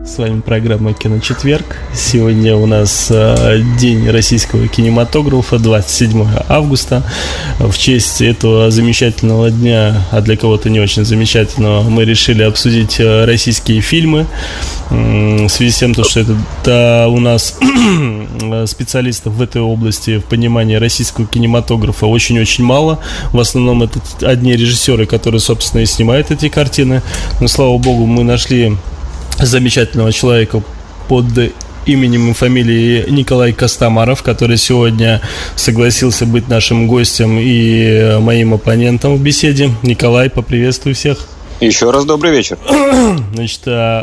С вами программа «Киночетверг». Сегодня у нас День российского кинематографа, 27 августа. В честь этого замечательного дня, а для кого-то не очень замечательного, мы решили обсудить российские фильмы. В связи с тем, что это у нас специалистов в этой области, в понимании российского кинематографа очень-очень мало. В основном это одни режиссеры, которые, собственно, и снимают эти картины. Но, слава богу, мы нашли замечательного человека под именем и фамилией Николай Костомаров, который сегодня согласился быть нашим гостем и моим оппонентом в беседе. Николай, поприветствую всех. Еще раз добрый вечер. Значит,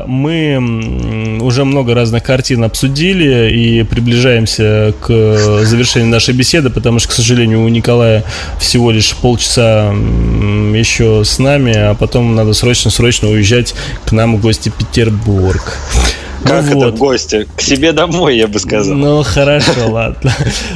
мы уже много разных картин обсудили и приближаемся к завершению нашей беседы, потому что, к сожалению, у Николая всего лишь полчаса еще с нами, а потом надо срочно уезжать к нам в гости в Петербург. Как это в гости? К себе домой, я бы сказал. Ну, хорошо, ладно.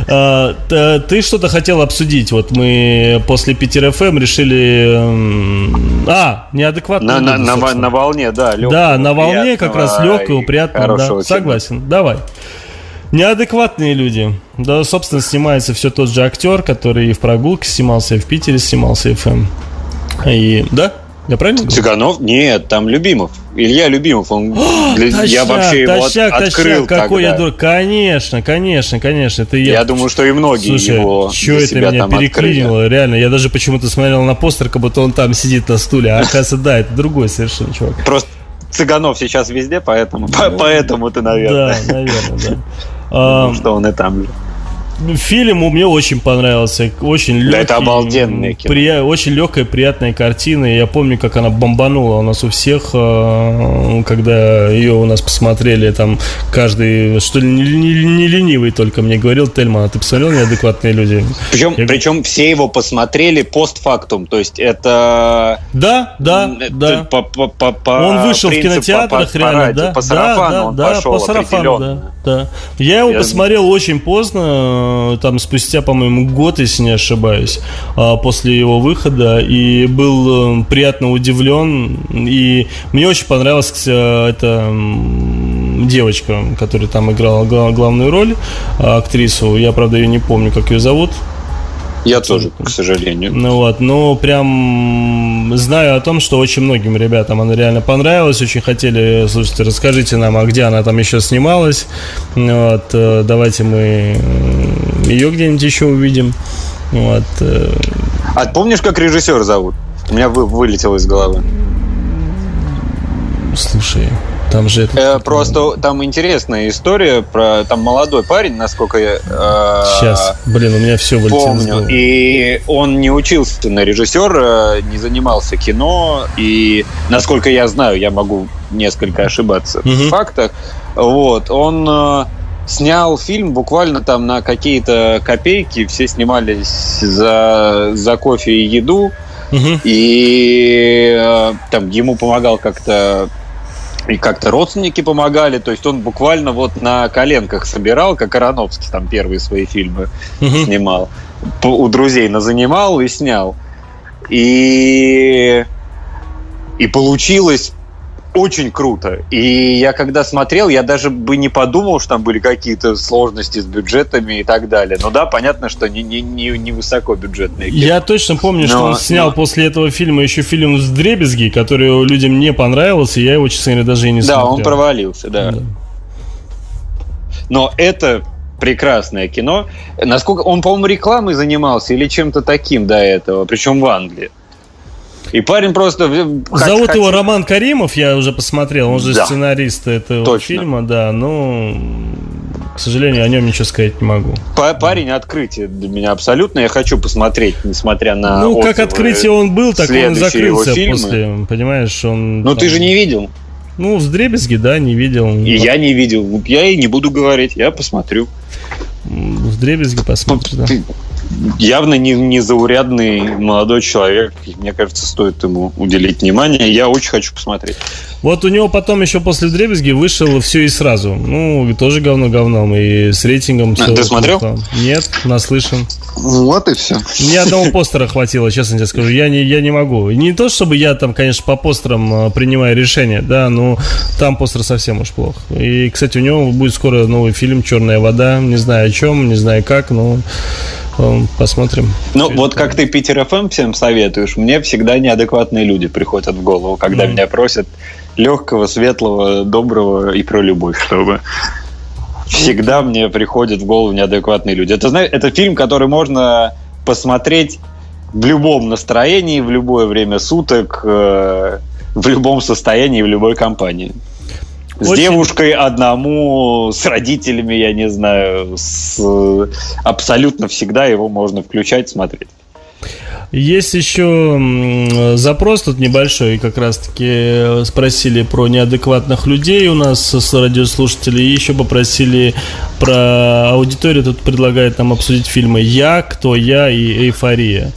Ты что-то хотел обсудить? Вот мы после Питер ФМ решили... неадекватно. На волне, да. Да, на волне как раз легкого, приятного. Да, согласен, давай. Неадекватные люди. Да, собственно, снимается все тот же актер, который и в «Прогулке» снимался, и в Питере снимался, и в ФМ. И... Да? Я правильно говорю? Цыганов? Нет, там Любимов. Илья Любимов, я вообще его открыл какой тогда. Я дурак. Конечно, это я. Я думаю, что и многие его что это меня переклинило, открыли. Реально, я даже почему-то смотрел на постер, как будто он там сидит на стуле, а оказывается, да, это другой совершенно чувак. Просто Цыганов сейчас везде, поэтому ты, наверное. Да, наверное, да. Потому что он и там же. Фильм мне очень понравился. Очень легкий, да, это обалденное кино. Очень легкая, приятная картина. Я помню, как она бомбанула у нас у всех, когда ее у нас посмотрели. Там каждый, что ли, не ленивый только мне говорил: Тельман, а ты посмотрел «Неадекватные люди»? Причем все его посмотрели постфактум. То есть это... Да. Он вышел в кинотеатрах, реально, да? По сарафану он пошел определенно. Да. Я его посмотрел очень поздно, там спустя, по-моему, год, если не ошибаюсь, после его выхода, и был приятно удивлен. И мне очень понравилась эта девочка, которая там играла главную роль, актрису. Я, правда, ее не помню, как ее зовут. Я тоже, к сожалению. Но прям знаю о том, что очень многим ребятам она реально понравилась. Очень хотели, слушайте, расскажите нам, а где она там еще снималась. Давайте мы ее где-нибудь еще увидим. А помнишь, как режиссер зовут? У меня вылетело из головы. Слушай, там же просто там интересная история про там молодой парень, насколько я сейчас, у меня все помню. И он не учился на режиссера, не занимался кино, и насколько я знаю, я могу несколько ошибаться в фактах. Он снял фильм буквально там на какие-то копейки, все снимались за кофе и еду, и там ему помогал как-то. И как-то родственники помогали. То есть он буквально на коленках собирал, как Аронофский там первые свои фильмы снимал. У друзей назанимал и снял. И получилось очень круто. И я когда смотрел, я даже бы не подумал, что там были какие-то сложности с бюджетами и так далее. Но да, понятно, что не высокобюджетные кино. Я точно помню, что он снял после этого фильма еще фильм «Вдребезги», который людям не понравился, и я его, честно говоря, даже и не смотрел. Да, он провалился, да. Но это прекрасное кино. Насколько он, по-моему, рекламой занимался или чем-то таким до этого, причем в Англии. И парень просто... Зовут его Роман Каримов, я уже посмотрел. Он же сценарист этого фильма, да. Но, к сожалению, о нем ничего сказать не могу. Парень открытие для меня абсолютно. Я хочу посмотреть, несмотря на отзывы. Как открытие он был, так он и закрылся после. Понимаешь, он... Но ты же не видел. «Вдребезги», да, не видел. И я не видел. Я и не буду говорить. Я посмотрю. «Вдребезги» посмотришь, да. явно не заурядный молодой человек. Мне кажется, стоит ему уделить внимание. Я очень хочу посмотреть. Вот у него потом еще после «Вдребезги» вышел «Все и сразу». Ну, тоже говно говном. И с рейтингом все. Ты смотрел? Нет, наслышан. Вот и все. Ни одного постера хватило, честно тебе скажу. Я не могу. Не то, чтобы я там, конечно, по постерам принимаю решения, да, но там постер совсем уж плохо. И, кстати, у него будет скоро новый фильм «Черная вода». Не знаю о чем, не знаю как, но посмотрим. Ну, вот как ты Питер ФМ всем советуешь, мне всегда неадекватные люди приходят в голову, когда меня просят легкого, светлого, доброго и про любовь, чтобы... Всегда мне приходят в голову неадекватные люди. Это фильм, который можно посмотреть в любом настроении, в любое время суток, в любом состоянии, в любой компании. С девушкой одному, с родителями, я не знаю, абсолютно всегда его можно включать, смотреть. Есть еще запрос тут небольшой, как раз-таки спросили про неадекватных людей у нас с радиослушателей, и еще попросили про аудиторию, тут предлагают нам обсудить фильмы «Я», «Кто я» и «Эйфория».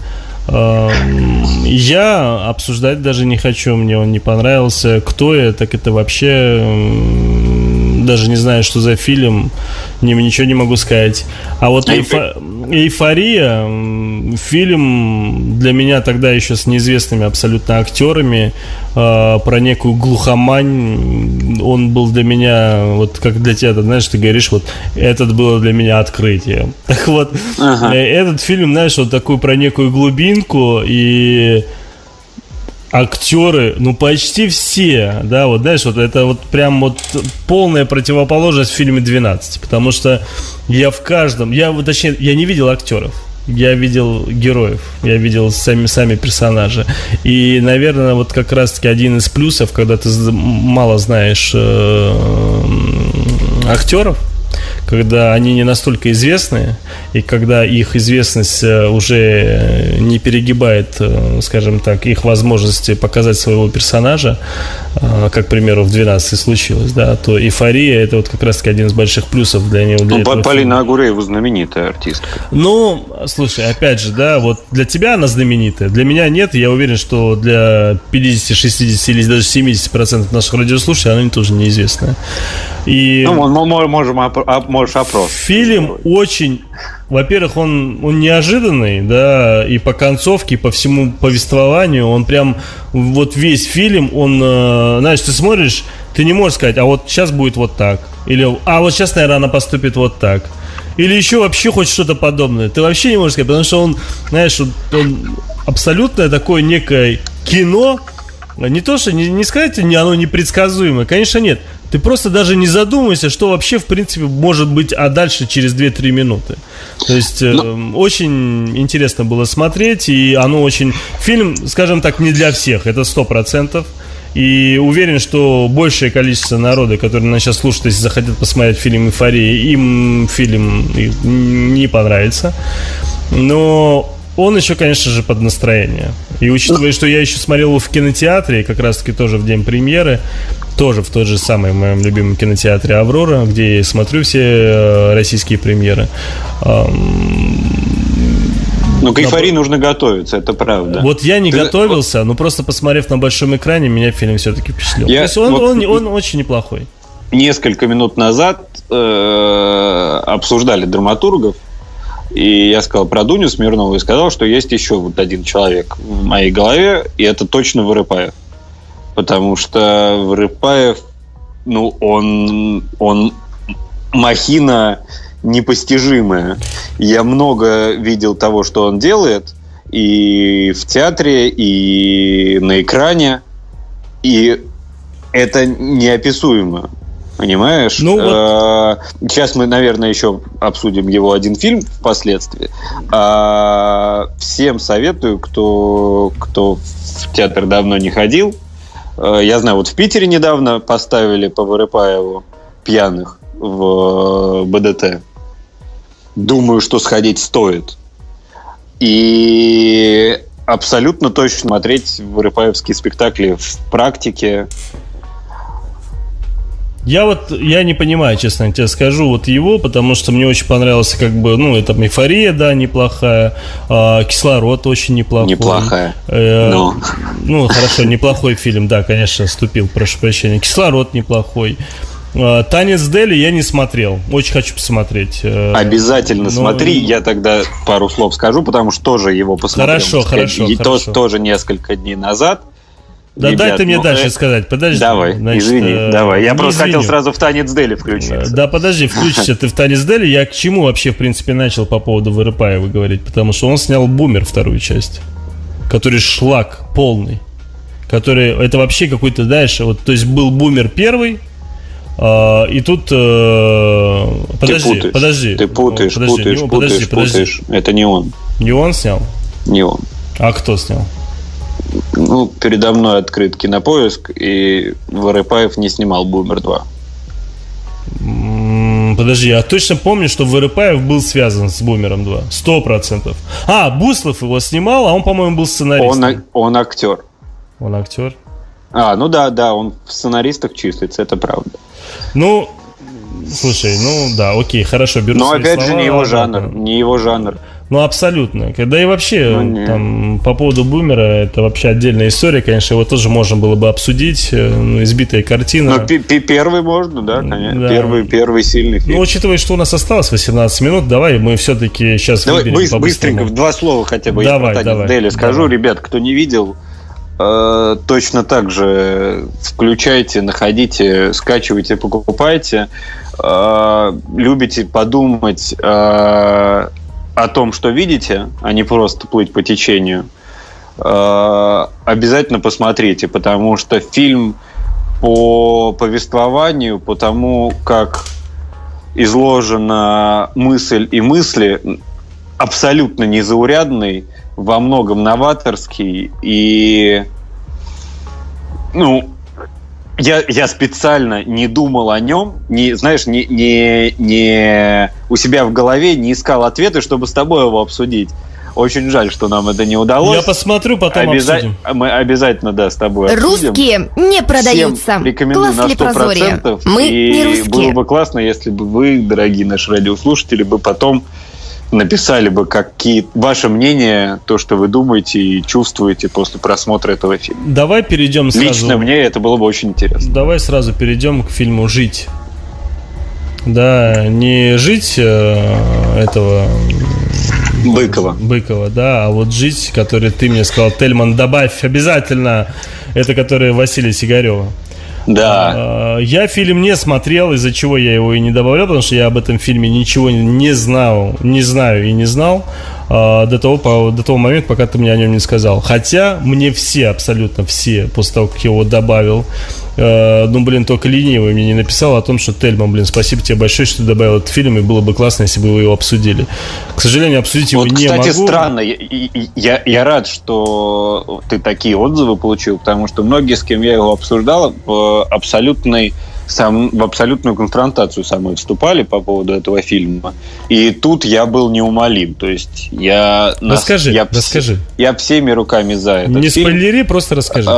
Я обсуждать даже не хочу, мне он не понравился. «Кто я», так это вообще... Даже не знаю, что за фильм, ничего не могу сказать. А вот «Эйфория», фильм для меня тогда еще с неизвестными абсолютно актерами, про некую глухомань. Он был для меня, вот как для тебя, знаешь, ты говоришь, вот этот было для меня открытие. Так вот, этот фильм, знаешь, вот такой про некую глубинку и... Актеры, ну почти все, да, вот знаешь, вот это вот прям вот полная противоположность в фильме «12», потому что я в каждом, я не видел актеров, я видел героев, я видел сами персонажи, и, наверное, вот как раз-таки один из плюсов, когда ты мало знаешь актеров, когда они не настолько известны, и когда их известность уже не перегибает, скажем так, их возможности показать своего персонажа, как, к примеру, в «12» случилось, да, то «Эйфория» — это вот как раз-таки один из больших плюсов для него. Ну, Полина Агуреева знаменитая артистка. Ну, слушай, опять же, да, вот для тебя она знаменитая, для меня нет, я уверен, что для 50, 60 или даже 70% наших радиослушателей она тоже неизвестная. И... Ну, можешь опрос. Фильм очень... Во-первых, он неожиданный, да, и по концовке, и по всему повествованию. Он прям... Вот весь фильм, он... Знаешь, ты смотришь, ты не можешь сказать, а вот сейчас будет вот так. Или, а вот сейчас, наверное, она поступит вот так. Или еще вообще хоть что-то подобное. Ты вообще не можешь сказать, потому что он, знаешь, он абсолютно такое некое кино. Не то, что не сказать, оно непредсказуемое. Конечно, нет. Ты просто даже не задумывайся, что вообще, в принципе, может быть, а дальше через 2-3 минуты. То есть, очень интересно было смотреть, и оно очень... Фильм, скажем так, не для всех, это 100%. И уверен, что большее количество народа, которые нас сейчас слушают, если захотят посмотреть фильм «Эйфория», им фильм не понравится. Но... Он еще, конечно же, под настроение. И учитывая, что я еще смотрел его в кинотеатре, как раз-таки тоже в день премьеры, тоже в тот же самый моем любимом кинотеатре «Аврора», где я смотрю все российские премьеры. Ну, к «Эйфории» нужно готовиться, это правда. Вот я не готовился, но просто посмотрев на большом экране, меня фильм все-таки впечатлил. То есть он очень неплохой. Несколько минут назад обсуждали драматургов, и я сказал про Дуню Смирнову и сказал, что есть еще вот один человек в моей голове, и это точно Вырыпаев. Потому что Вырыпаев, ну, он махина непостижимая. Я много видел того, что он делает, и в театре, и на экране, и это неописуемо. Понимаешь? Ну, вот... Сейчас мы, наверное, еще обсудим его один фильм впоследствии. Всем советую, кто в театр давно не ходил. Я знаю, вот в Питере недавно поставили по Вырыпаеву «Пьяных» в БДТ. Думаю, что сходить стоит. И абсолютно точно смотреть вырыпаевские спектакли в практике. Я не понимаю, честно я тебе скажу, вот его, потому что мне очень понравился, как бы, там «Эйфория», да, неплохая, «Кислород» очень неплохой. Неплохая. Хорошо, неплохой фильм, да, конечно, вступил, прошу прощения. «Кислород» неплохой. «Танец Дели» я не смотрел, очень хочу посмотреть. Обязательно смотри, я тогда пару слов скажу, потому что тоже его посмотрел. Хорошо. Тоже несколько дней назад. Да, ребят, дай ты мне дальше сказать, подожди. Давай, извини, давай. Я просто хотел сразу в «Танец Дели» включиться. Да, подожди, включишься ты в «Танец Дели». Я к чему вообще, в принципе, начал по поводу Вырыпаева говорить? Потому что он снял «Бумер» вторую часть, который шлак полный. Который, это вообще какой-то дальше. Вот, то есть был «Бумер» первый, и тут... Подожди. Ты путаешь. Это не он. Не он снял? Не он. А кто снял? Передо мной открыт Кинопоиск, и Вырыпаев не снимал «Бумер 2». Подожди, я точно помню, что Вырыпаев был связан с «Бумером 2». 100%. Буслов его снимал, а он, по-моему, был сценаристом. Он актер. Он актер? Да, он в сценаристах числится, это правда. Слушай, да, окей, хорошо, беру свои слова. Но опять же, не его жанр. Абсолютно. Когда и вообще, там, по поводу «Бумера», это вообще отдельная история, конечно, его тоже можно было бы обсудить, избитая картина. Но первый можно, да, конечно. Да. Первый сильный фильм. Учитывая, что у нас осталось 18 минут, давай мы все-таки сейчас выберем быстренько, в 2 слова хотя бы. Давай. Дели скажу, ребят, кто не видел, точно так же включайте, находите, скачивайте, покупайте. Любите подумать о том, что видите, а не просто плыть по течению, обязательно посмотрите, потому что фильм по повествованию, по тому, как изложена мысль и мысли, абсолютно незаурядный, во многом новаторский, и я специально не думал о нем, не у себя в голове не искал ответы, чтобы с тобой его обсудить. Очень жаль, что нам это не удалось. Я посмотрю, потом обсудим. Мы обязательно, с тобой обсудим. Русские не продаются. Всем рекомендую на 100%. Мы не русские. Было бы классно, если бы вы, дорогие наши радиослушатели, бы потом написали бы ваше мнение, то, что вы думаете и чувствуете после просмотра этого фильма. Давай перейдем сразу. Лично мне это было бы очень интересно. Давай сразу перейдем к фильму «Жить». Да, не «Жить» этого... Быкова, да, а вот «Жить», который ты мне сказал, Тельман, добавь обязательно. Это который Василия Сигарева. Да. Я фильм не смотрел, из-за чего я его и не добавлял, потому что я об этом фильме ничего не знаю и не знал до того момента, пока ты мне о нем не сказал. Хотя мне абсолютно все, после того, как я его добавил, только ленивый мне не написал о том, что Тельман, спасибо тебе большое, что ты добавил этот фильм, и было бы классно, если бы вы его обсудили. К сожалению, обсудить его не могу. Кстати, странно, я рад, что ты такие отзывы получил, потому что многие, с кем я его обсуждал, в абсолютную конфронтацию со мной вступали по поводу этого фильма. И тут я был неумолим. То есть расскажи. Я всеми руками за этот фильм. Не спойлери, просто расскажи.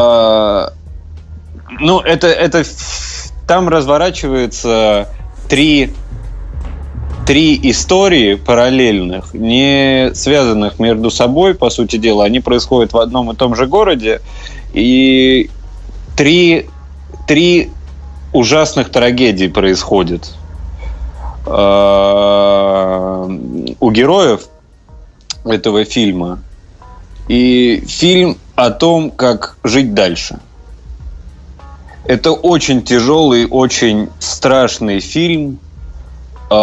Это там разворачивается три истории параллельных, не связанных между собой, по сути дела. Они происходят в одном и том же городе. И три ужасных трагедий происходит у героев этого фильма. И фильм о том, как жить дальше. Это очень тяжелый, очень страшный фильм. И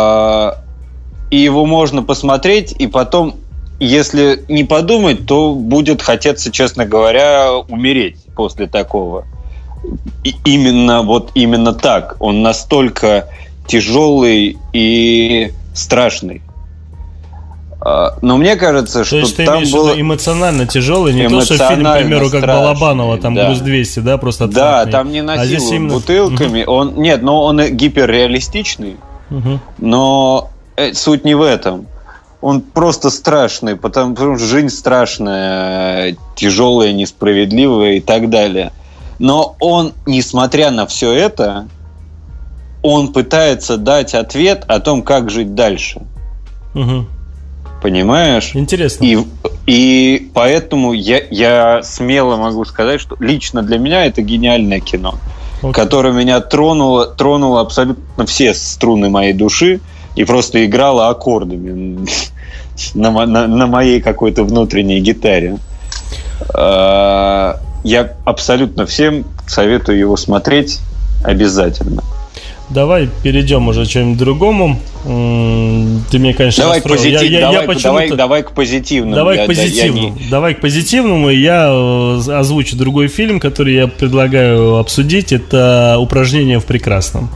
его можно посмотреть, и потом, если не подумать, то будет хотеться, честно говоря, умереть после такого. И именно так. Он настолько тяжелый и страшный. Но мне кажется, что есть, там было эмоционально тяжелый, не то, что фильм, к примеру, как Балабанова, там груз 200, да, просто отвратный. Да, там не насилуют бутылками. Он гиперреалистичный, но суть не в этом. Он просто страшный, потому что жизнь страшная, тяжелая, несправедливая и так далее. Но он, несмотря на все это, он пытается дать ответ о том, как жить дальше. Угу. Понимаешь? Интересно. И поэтому я смело могу сказать, что лично для меня это гениальное кино, которое меня тронуло абсолютно все струны моей души и просто играло аккордами на моей какой-то внутренней гитаре. Я абсолютно всем советую его смотреть обязательно. Давай перейдем уже к чему-нибудь другому. Ты мне, конечно, давай к позитивному. Давай к позитивному. Я озвучу другой фильм, который я предлагаю обсудить. Это «Упражнение в прекрасном».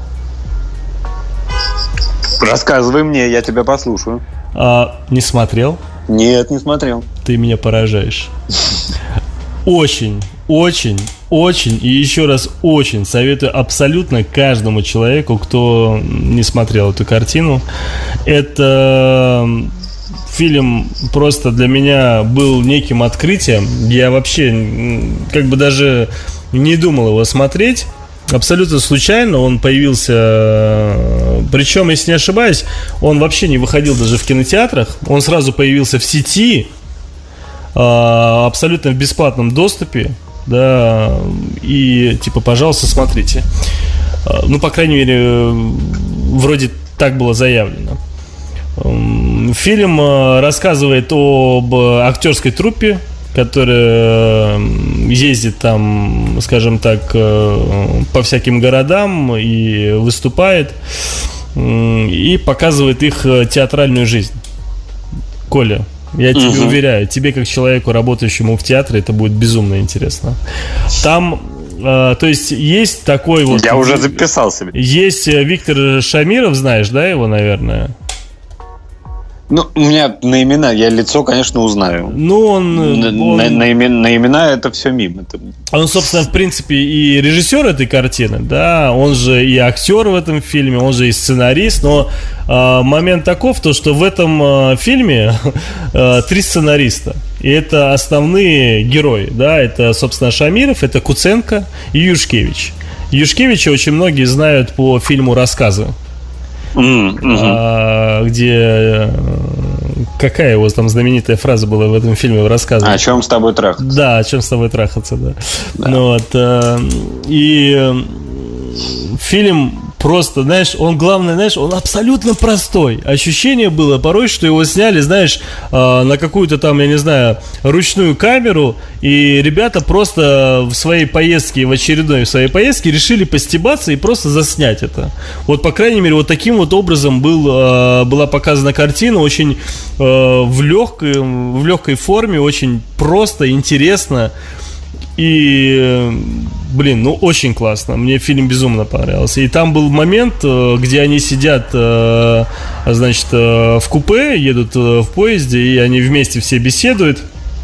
Рассказывай мне, я тебя послушаю. Не смотрел? Нет, не смотрел. Ты меня поражаешь. Очень и еще раз очень советую абсолютно каждому человеку, кто не смотрел эту картину. Это фильм просто для меня был неким открытием. Я вообще как бы даже не думал его смотреть. Абсолютно случайно он появился. Причем, если не ошибаюсь, он вообще не выходил даже в кинотеатрах. Он сразу появился в сети, абсолютно в бесплатном доступе. Да, и типа, пожалуйста, смотрите. Ну, по крайней мере, вроде так было заявлено. Фильм рассказывает об актерской труппе, которая ездит там, скажем так, по всяким городам и выступает, и показывает их театральную жизнь. Коля, я тебе уверяю, тебе как человеку, работающему в театре, это будет безумно интересно. Там, то есть такой вот... Я уже записал себе. Есть Виктор Шамиров, знаешь, да, его, наверное? Ну, у меня на имена, я лицо, конечно, узнаю. Ну, он... На имена это все мимо. Он, собственно, в принципе, и режиссер этой картины, да, он же и актер в этом фильме, он же и сценарист, но момент таков, то, что в этом фильме 3 сценариста. И это основные герои, да, это, собственно, Шамиров, это Куценко и Юшкевич. Юшкевича очень многие знают по фильму «Рассказы». Где какая его там знаменитая фраза была в этом фильме в рассказе? О чем с тобой трахаться? Да, о чем с тобой трахаться, да. Ну, вот, и фильм просто, знаешь, он главное, знаешь, он абсолютно простой. Ощущение было порой, что его сняли, знаешь, на какую-то там, я не знаю, ручную камеру, и ребята просто в своей поездке, в очередной своей поездке решили постебаться и просто заснять это. Вот, по крайней мере, вот таким вот образом была показана картина, очень в легкой форме, очень просто, интересно. И, блин, ну очень классно. Мне фильм безумно понравился. И там был момент, где они сидят, значит, в купе, едут в поезде, и они вместе все беседуют.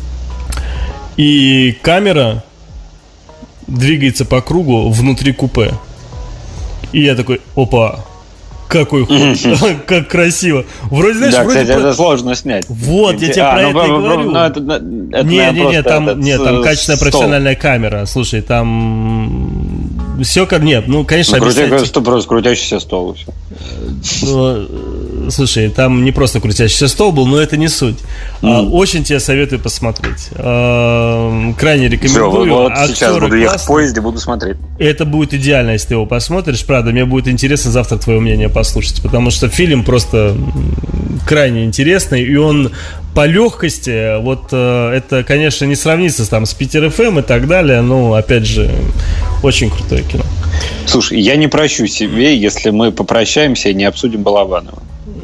И камера двигается по кругу внутри купе. И я такой, опа, какой ход, как красиво. Вроде, знаешь, да, кстати, это сложно снять. Вот, я тебе про это и говорю. Нет, там качественная профессиональная камера. Слушай, там все как... Нет, ну, конечно, просто крутящийся стол. Слушай, там не просто крутящийся стол был, но это не суть. Очень тебе советую посмотреть. Крайне рекомендую. Вот сейчас буду ехать в поезде, буду смотреть. Это будет идеально, если ты его посмотришь. Правда, мне будет интересно завтра твое мнение послушать, потому что фильм просто крайне интересный, и он по легкости, вот это, конечно, не сравнится там с Питер ФМ и так далее, но, опять же, очень крутое кино. Слушай, я не прощу себе, если мы попрощаемся и не обсудим Балабанова.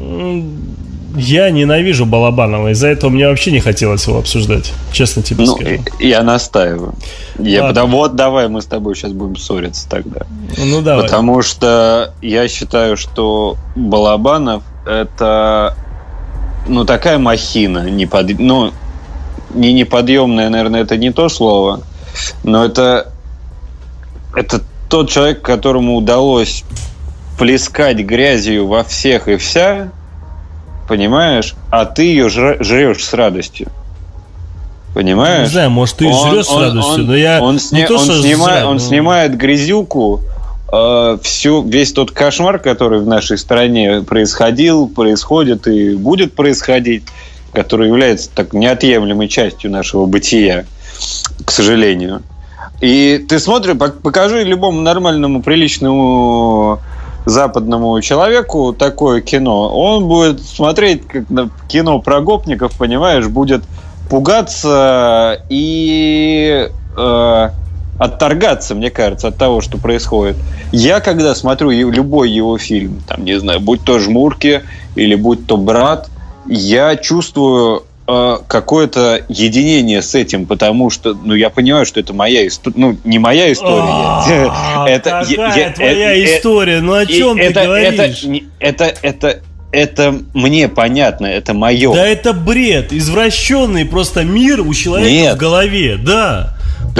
Я ненавижу Балабанова, из-за этого мне вообще не хотелось его обсуждать, честно тебе скажу. Я настаиваю. Вот давай мы с тобой сейчас будем ссориться тогда. Ну давай. Потому что я считаю, что Балабанов это, ну, такая махина, неподъемная, наверное, это не то слово, но это тот человек, которому удалось плескать грязью во всех и вся, понимаешь, а ты ее жрешь с радостью. Понимаешь? Не знаю, может, ты жрешь с радостью, но я он снимает грязюку, весь тот кошмар, который в нашей стране происходит и будет происходить, который является так неотъемлемой частью нашего бытия, к сожалению. И ты смотришь, покажи любому нормальному, приличному западному человеку такое кино, он будет смотреть как на кино про гопников, понимаешь, будет пугаться и отторгаться, мне кажется, от того, что происходит. Я, когда смотрю любой его фильм, там, не знаю, будь то «Жмурки» или будь то «Брат», я чувствую какое-то единение с этим, потому что, я понимаю, что это моя история, не моя история. Какая твоя история? Ну о чем ты говоришь? Это мне понятно, это мое. Да это бред, извращенный просто мир у человека в голове, да.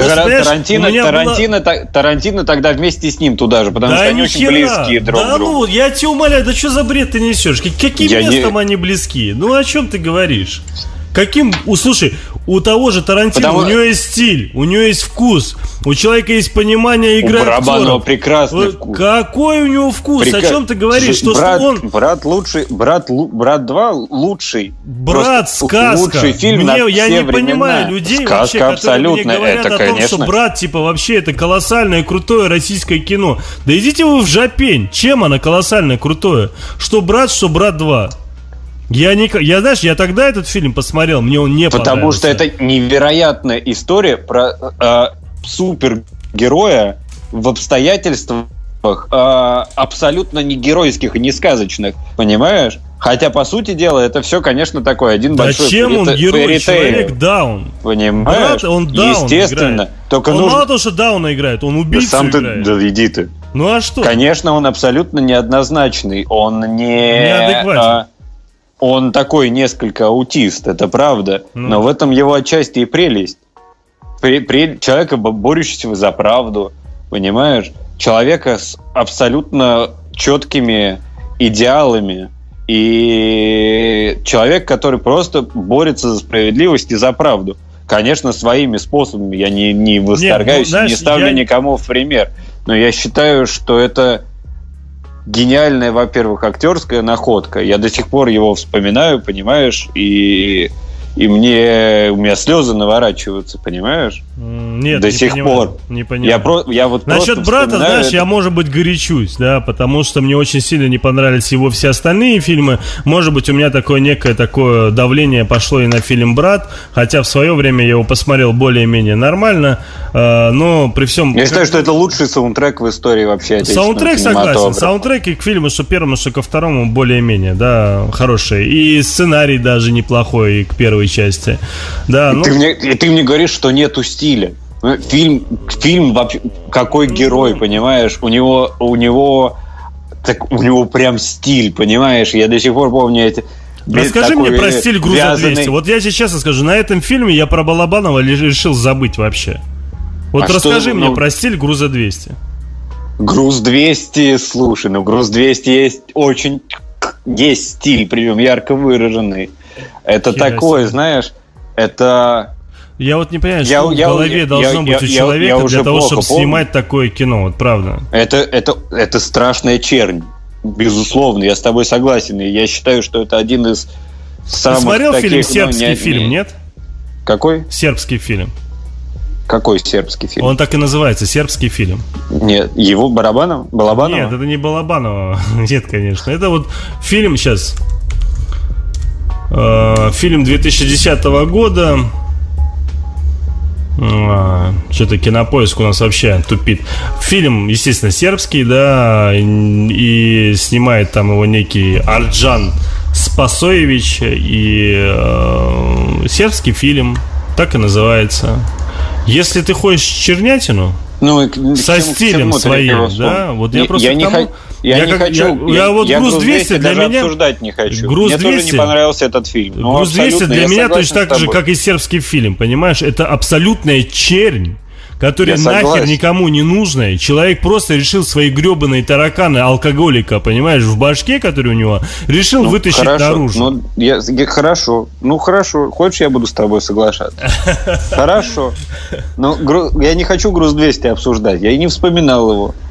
Тарантино тогда вместе с ним туда же, потому что они очень близкие друг к другу. Я тебя умоляю, да что за бред ты несешь? Каким местом они близки? Ну о чем ты говоришь? Слушай, у того же Тарантино, у него есть стиль, у него есть вкус, у человека есть понимание игры актеров. У Барабанова прекрасный вкус. Какой у него вкус? О чем ты говоришь? Брат лучший, Брат 2 лучший. Брат, сказка. Лучший фильм на все времена. Я не понимаю людей, вообще, которые мне говорят о том, что Брат, вообще это колоссальное, крутое российское кино. Да идите вы в жопень. Чем оно колоссальное, крутое? Что Брат 2. Я тогда этот фильм посмотрел, мне он не понравился. Потому что это невероятная история про супергероя в обстоятельствах абсолютно не геройских и не сказочных, понимаешь? Хотя, по сути дела, это все, конечно, такой один большой чем он герой? Человек даун. Понимаешь? Брат, он даун. Естественно. Играет. Только он мало того, что дауна играет, он убийцу играет. Да иди ты. Ну а что? Конечно, он абсолютно неоднозначный. Он неадекватен. Он такой несколько аутист, это правда. Но в этом его отчасти и прелесть. Человека, борющегося за правду, понимаешь? Человека с абсолютно четкими идеалами. И человек, который просто борется за справедливость и за правду. Конечно, своими способами. Я не восторгаюсь, не ставлю никому в пример. Но я считаю, что это гениальная, во-первых, актерская находка. Я до сих пор его вспоминаю, понимаешь, и у меня слезы наворачиваются, понимаешь? Нет, до сих пор. Не понимаю. Я вот насчет Брата, знаешь, я, может быть, горячусь, да, потому что мне очень сильно не понравились его все остальные фильмы. Может быть, у меня некое такое давление пошло и на фильм «Брат», хотя в свое время я его посмотрел более-менее нормально, но при всем... Я считаю, что это лучший саундтрек в истории вообще отечественного кинематографа. Саундтрек согласен. Саундтреки к фильму, что первому, что ко второму, более-менее, да, хорошие. И сценарий даже неплохой к первой части. Да, ты мне говоришь, что нету стиля. Фильм вообще, какой герой, понимаешь? У него прям стиль, понимаешь? Я до сих пор помню эти... Расскажи мне про стиль «Груза 200». Вот я тебе честно скажу, на этом фильме я про Балабанова решил забыть вообще. Вот расскажи мне про стиль «Груза 200». «Груз 200», слушай, «Груз 200» есть стиль, причем ярко выраженный. Это такое, знаешь, это... Я вот не понимаю, что в голове должно быть у человека для того, чтобы снимать такое кино, вот правда. Это страшная чернь, безусловно, я с тобой согласен. И я считаю, что это один из самых... Ты смотрел фильм «Сербский фильм», нет? Какой? «Сербский фильм». Какой сербский фильм? Он так и называется, «Сербский фильм». Нет, его Балабанова? Нет, это не Балабанова. Нет, конечно. Это вот фильм сейчас. Фильм 2010 года. Что-то Кинопоиск у нас вообще тупит. Фильм, естественно, сербский, да, и снимает там его некий Арджан Спасоевич. И сербский фильм, так и называется. Если ты хочешь чернятину, со стилем своим, да, вот я просто Я не хочу. Я вот «Груз 200» для меня обсуждать не хочу. Мне тоже не понравился этот фильм. «Груз 200» для меня точно так же, как и сербский фильм, понимаешь? Это абсолютная чернь, которая нахер никому не нужная. Человек просто решил свои гребаные тараканы алкоголика, понимаешь, в башке, который у него, решил вытащить наружу. Хорошо. Хочешь, я буду с тобой соглашаться? Хорошо. Но я не хочу «Груз 200» обсуждать. Я и не вспоминал его.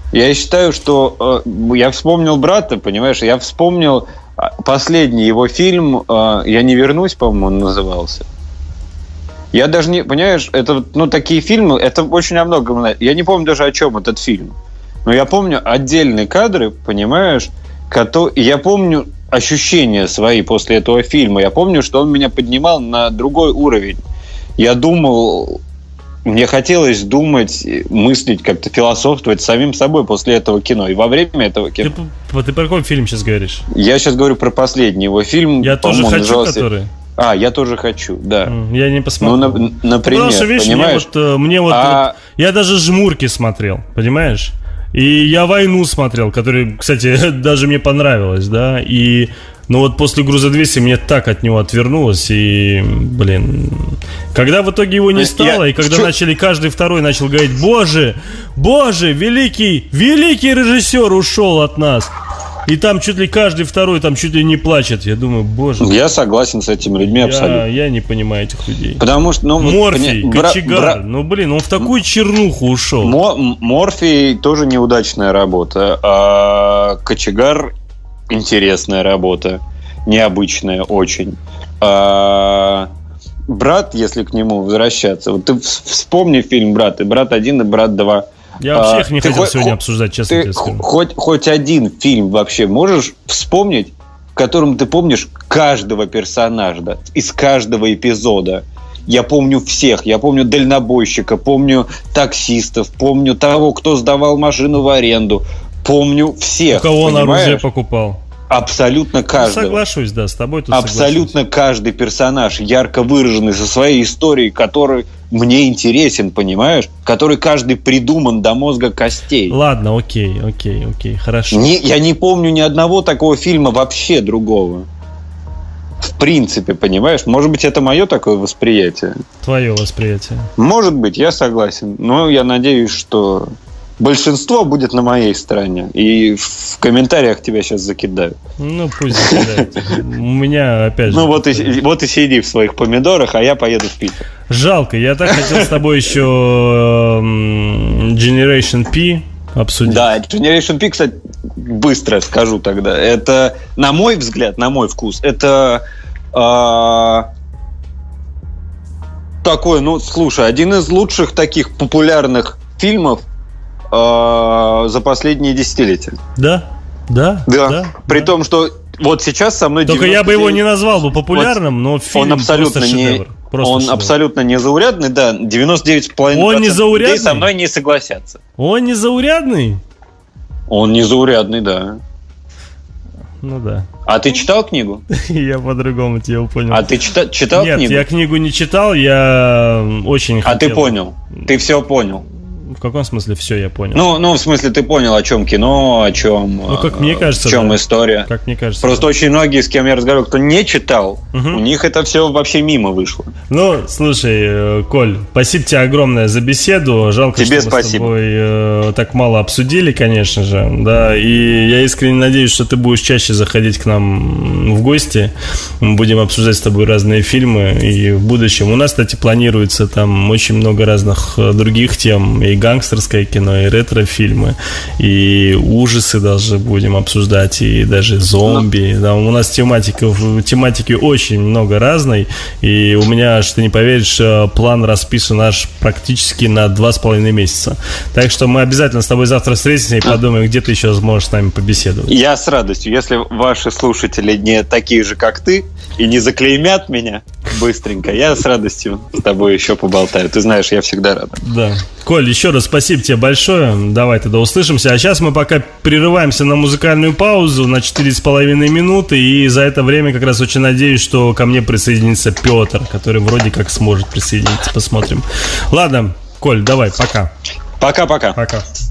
Я считаю, что я вспомнил «Брата», понимаешь, я вспомнил последний его фильм «Я не вернусь», по-моему, он назывался. Я даже не... Понимаешь, это, такие фильмы, это очень о многом... Я не помню даже, о чем этот фильм. Но я помню отдельные кадры, понимаешь, я помню ощущения свои после этого фильма. Я помню, что он меня поднимал на другой уровень. Я думал... Мне хотелось думать, мыслить, как-то философствовать самим собой после этого кино. И во время этого кино... Ты про какой фильм сейчас говоришь? Я сейчас говорю про последний его фильм. «Я тоже хочу», назывался... который... «Я тоже хочу», да. Я не посмотрел. Например, потому что, видишь, понимаешь? Мне я даже «Жмурки» смотрел, понимаешь? И я «Войну» смотрел, который, кстати, даже мне понравилось, да. И... после «Груза 200» мне так от него отвернулось. И, когда в итоге его не стало, и когда каждый второй начал говорить: Боже, великий режиссер ушел от нас. И там чуть ли каждый второй там чуть ли не плачет. Я думаю, боже. Я согласен с этими людьми абсолютно. Я не понимаю этих людей. Потому что... Морфий, Кочегар. Он в такую чернуху ушел. Морфий тоже неудачная работа. А Кочегар интересная работа. Необычная очень. «Брат», если к нему возвращаться. Вот ты вспомни фильм «Брат», и «Брат 1», и «Брат 2». Я вообще их не хотел сегодня обсуждать, честно тебе скажу. Хоть один фильм вообще можешь вспомнить, в котором ты помнишь каждого персонажа, из каждого эпизода? Я помню всех. Я помню дальнобойщика, помню таксистов, помню того, кто сдавал машину в аренду. Помню всех. У кого он оружие покупал. Абсолютно каждый. Соглашусь, да, с тобой тут абсолютно соглашусь. Каждый персонаж ярко выраженный, со своей историей, который мне интересен, понимаешь? Который каждый придуман до мозга костей. Ладно, окей, хорошо. Я не помню ни одного такого фильма вообще другого. В принципе, понимаешь? Может быть, это мое такое восприятие. Твое восприятие. Может быть, я согласен. Но я надеюсь, что... большинство будет на моей стороне. И в комментариях тебя сейчас закидают. Пусть закидают. У меня, опять же... вот и сиди в своих помидорах, а я поеду в Питер. Жалко. Я так хотел с тобой еще Generation P обсудить. Да, Generation P, кстати, быстро скажу тогда. Это, на мой взгляд, на мой вкус, это... такой, слушай, один из лучших таких популярных фильмов за последние десятилетия. Да. При том, что вот сейчас со мной... Только 99... я бы его не назвал бы популярным, но фильм он абсолютно просто шедевр. Он абсолютно незаурядный, да. 99,5% людей со мной не согласятся. Он незаурядный? Он незаурядный, да. Да. А ты читал книгу? Я по-другому тебя понял. А ты читал книгу? Нет, я книгу не читал, я очень хотел. А ты понял? Ты все понял? В каком смысле все я понял? В смысле, ты понял, о чем кино, о чем, как мне кажется, в чем история. Как мне кажется. Просто очень многие, с кем я разговаривал, кто не читал, у них это все вообще мимо вышло. Слушай, Коль, спасибо тебе огромное за беседу. Жалко, тебе что мы с тобой так мало обсудили, конечно же. Да, и я искренне надеюсь, что ты будешь чаще заходить к нам в гости. Мы будем обсуждать с тобой разные фильмы и в будущем. У нас, кстати, планируется там очень много разных других тем. И гангстерское кино, и ретро-фильмы, и ужасы даже будем обсуждать, и даже зомби. Да, у нас тематики очень много разной, и у меня, что ты не поверишь, план расписан аж практически на 2,5 месяца. Так что мы обязательно с тобой завтра встретимся и подумаем, где ты еще сможешь с нами побеседовать. Я с радостью. Если ваши слушатели не такие же, как ты, и не заклеймят меня быстренько, я с радостью с тобой еще поболтаю. Ты знаешь, я всегда рад. Да. Коль, еще раз спасибо тебе большое. Давай тогда услышимся. А сейчас мы пока прерываемся на музыкальную паузу на 4,5 минуты. И за это время как раз очень надеюсь, что ко мне присоединится Петр, который вроде как сможет присоединиться. Посмотрим. Ладно, Коль, давай, пока. Пока-пока. Пока.